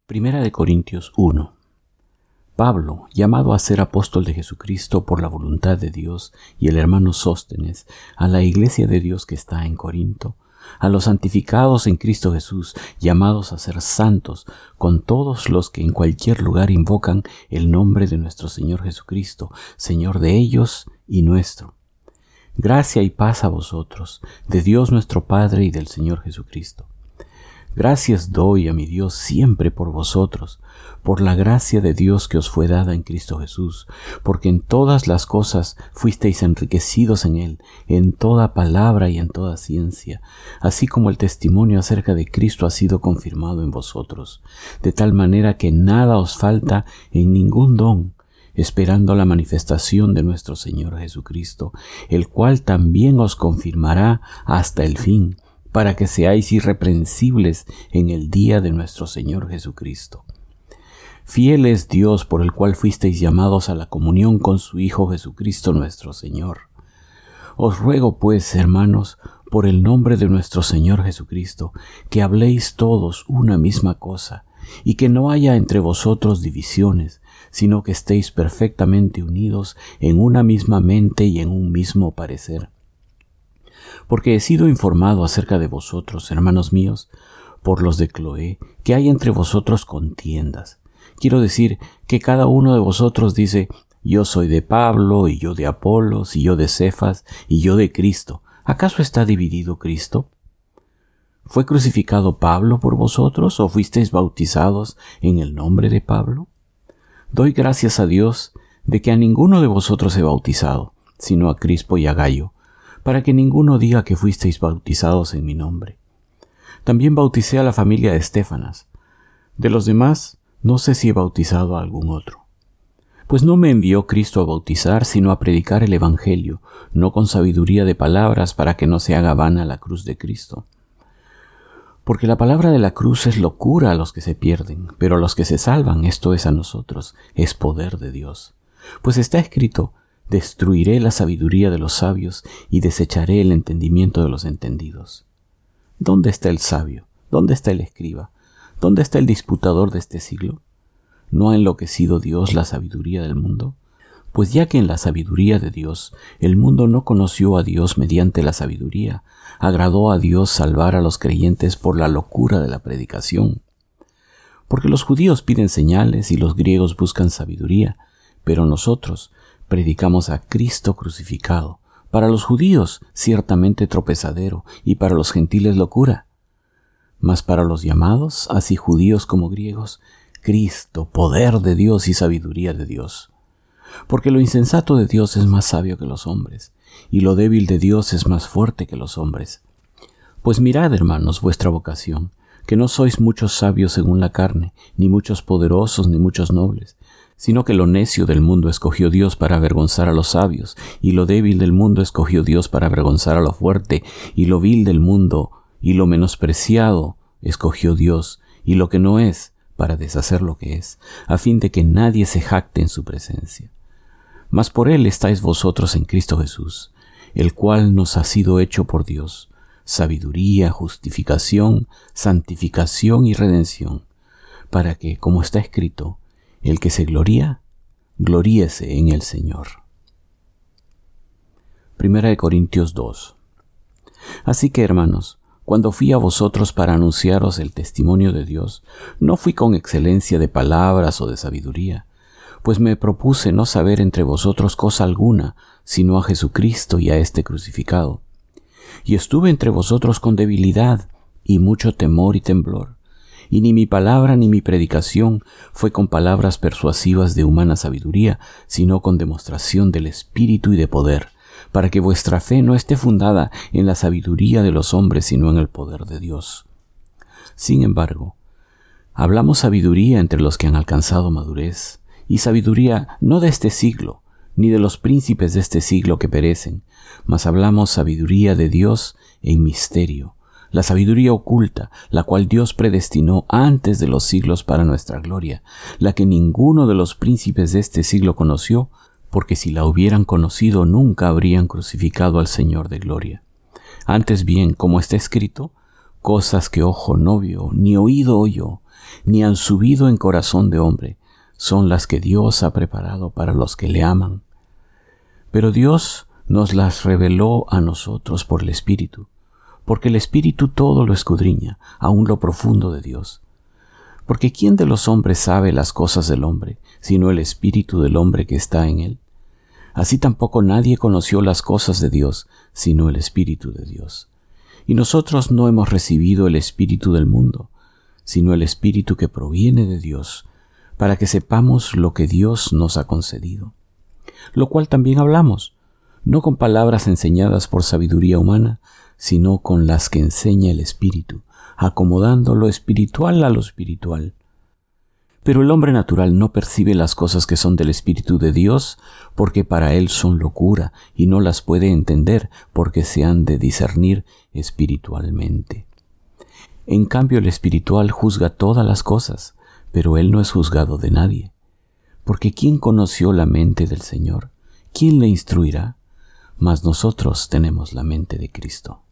Primera de Corintios 1. Pablo, llamado a ser apóstol de Jesucristo por la voluntad de Dios, y el hermano Sóstenes, a la iglesia de Dios que está en Corinto, a los santificados en Cristo Jesús, llamados a ser santos, con todos los que en cualquier lugar invocan el nombre de nuestro Señor Jesucristo, Señor de ellos y nuestro. Gracia y paz a vosotros, de Dios nuestro Padre y del Señor Jesucristo. Gracias doy a mi Dios siempre por vosotros, por la gracia de Dios que os fue dada en Cristo Jesús, porque en todas las cosas fuisteis enriquecidos en Él, en toda palabra y en toda ciencia, así como el testimonio acerca de Cristo ha sido confirmado en vosotros, de tal manera que nada os falta en ningún don, esperando la manifestación de nuestro Señor Jesucristo, el cual también os confirmará hasta el fin, para que seáis irreprensibles en el día de nuestro Señor Jesucristo. Fiel es Dios por el cual fuisteis llamados a la comunión con su Hijo Jesucristo nuestro Señor. Os ruego pues, hermanos, por el nombre de nuestro Señor Jesucristo, que habléis todos una misma cosa, y que no haya entre vosotros divisiones, sino que estéis perfectamente unidos en una misma mente y en un mismo parecer. Porque he sido informado acerca de vosotros, hermanos míos, por los de Cloé, que hay entre vosotros contiendas. Quiero decir que cada uno de vosotros dice, yo soy de Pablo, y yo de Apolos, y yo de Cefas, y yo de Cristo. ¿Acaso está dividido Cristo? ¿Fue crucificado Pablo por vosotros, o fuisteis bautizados en el nombre de Pablo? Doy gracias a Dios de que a ninguno de vosotros he bautizado, sino a Crispo y a Gayo, para que ninguno diga que fuisteis bautizados en mi nombre. También bauticé a la familia de Estéfanas. De los demás, no sé si he bautizado a algún otro. Pues no me envió Cristo a bautizar, sino a predicar el Evangelio, no con sabiduría de palabras, para que no se haga vana la cruz de Cristo. Porque la palabra de la cruz es locura a los que se pierden, pero a los que se salvan, esto es a nosotros, es poder de Dios. Pues está escrito, destruiré la sabiduría de los sabios y desecharé el entendimiento de los entendidos. ¿Dónde está el sabio? ¿Dónde está el escriba? ¿Dónde está el disputador de este siglo? ¿No ha enloquecido Dios la sabiduría del mundo? Pues ya que en la sabiduría de Dios el mundo no conoció a Dios mediante la sabiduría, agradó a Dios salvar a los creyentes por la locura de la predicación. Porque los judíos piden señales y los griegos buscan sabiduría, pero nosotros predicamos a Cristo crucificado, para los judíos ciertamente tropezadero y para los gentiles locura, mas para los llamados, así judíos como griegos, Cristo, poder de Dios y sabiduría de Dios. Porque lo insensato de Dios es más sabio que los hombres, y lo débil de Dios es más fuerte que los hombres. Pues mirad, hermanos, vuestra vocación, que no sois muchos sabios según la carne, ni muchos poderosos, ni muchos nobles, sino que lo necio del mundo escogió Dios para avergonzar a los sabios, y lo débil del mundo escogió Dios para avergonzar a lo fuerte, y lo vil del mundo, y lo menospreciado escogió Dios, y lo que no es, para deshacer lo que es, a fin de que nadie se jacte en su presencia. Mas por él estáis vosotros en Cristo Jesús, el cual nos ha sido hecho por Dios, sabiduría, justificación, santificación y redención, para que, como está escrito, el que se gloría, gloríese en el Señor. Primera de Corintios 2. Así que, hermanos, cuando fui a vosotros para anunciaros el testimonio de Dios, no fui con excelencia de palabras o de sabiduría, pues me propuse no saber entre vosotros cosa alguna, sino a Jesucristo y a este crucificado. Y estuve entre vosotros con debilidad y mucho temor y temblor. Y ni mi palabra ni mi predicación fue con palabras persuasivas de humana sabiduría, sino con demostración del Espíritu y de poder, para que vuestra fe no esté fundada en la sabiduría de los hombres, sino en el poder de Dios. Sin embargo, hablamos sabiduría entre los que han alcanzado madurez, y sabiduría no de este siglo, ni de los príncipes de este siglo que perecen, mas hablamos sabiduría de Dios en misterio, la sabiduría oculta, la cual Dios predestinó antes de los siglos para nuestra gloria, la que ninguno de los príncipes de este siglo conoció, porque si la hubieran conocido nunca habrían crucificado al Señor de gloria. Antes bien, como está escrito, cosas que ojo no vio, ni oído oyó, ni han subido en corazón de hombre, son las que Dios ha preparado para los que le aman. Pero Dios nos las reveló a nosotros por el Espíritu, porque el Espíritu todo lo escudriña, aun lo profundo de Dios. Porque ¿quién de los hombres sabe las cosas del hombre, sino el Espíritu del hombre que está en él? Así tampoco nadie conoció las cosas de Dios, sino el Espíritu de Dios. Y nosotros no hemos recibido el Espíritu del mundo, sino el Espíritu que proviene de Dios, para que sepamos lo que Dios nos ha concedido. Lo cual también hablamos, no con palabras enseñadas por sabiduría humana, sino con las que enseña el Espíritu, acomodando lo espiritual a lo espiritual. Pero el hombre natural no percibe las cosas que son del Espíritu de Dios, porque para él son locura, y no las puede entender, porque se han de discernir espiritualmente. En cambio, el espiritual juzga todas las cosas, pero él no es juzgado de nadie. Porque ¿quién conoció la mente del Señor? ¿Quién le instruirá? Mas nosotros tenemos la mente de Cristo.